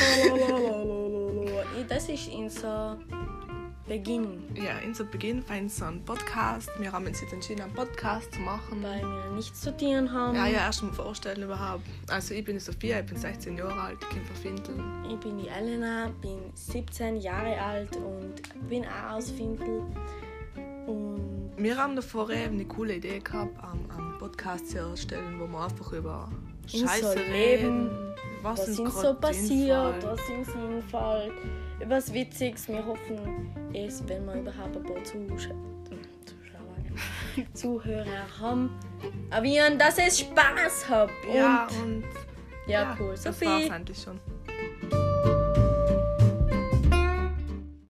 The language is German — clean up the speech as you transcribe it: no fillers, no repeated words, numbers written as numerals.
Das ist unser Beginn. Ja, unser Beginn für so einen Podcast. Wir haben uns jetzt entschieden, einen Podcast zu machen. Weil wir nichts zu tun haben. Ja, erst mal vorstellen überhaupt. Also ich bin die Sophia, ich bin 16 Jahre alt, ich komme von Fintel. Ich bin die Elena, bin 17 Jahre alt und bin auch aus Fintel. Und wir haben davor eben eine coole Idee gehabt, einen Podcast zu erstellen, wo wir einfach über Scheiße reden. Was ist so passiert, was sind Sinnfall, was Witziges. Wir hoffen es, wenn wir überhaupt ein paar Zuhörer haben, dass es Spaß hat. Ja, und ja, cool. Das Sophie. war's eigentlich schon.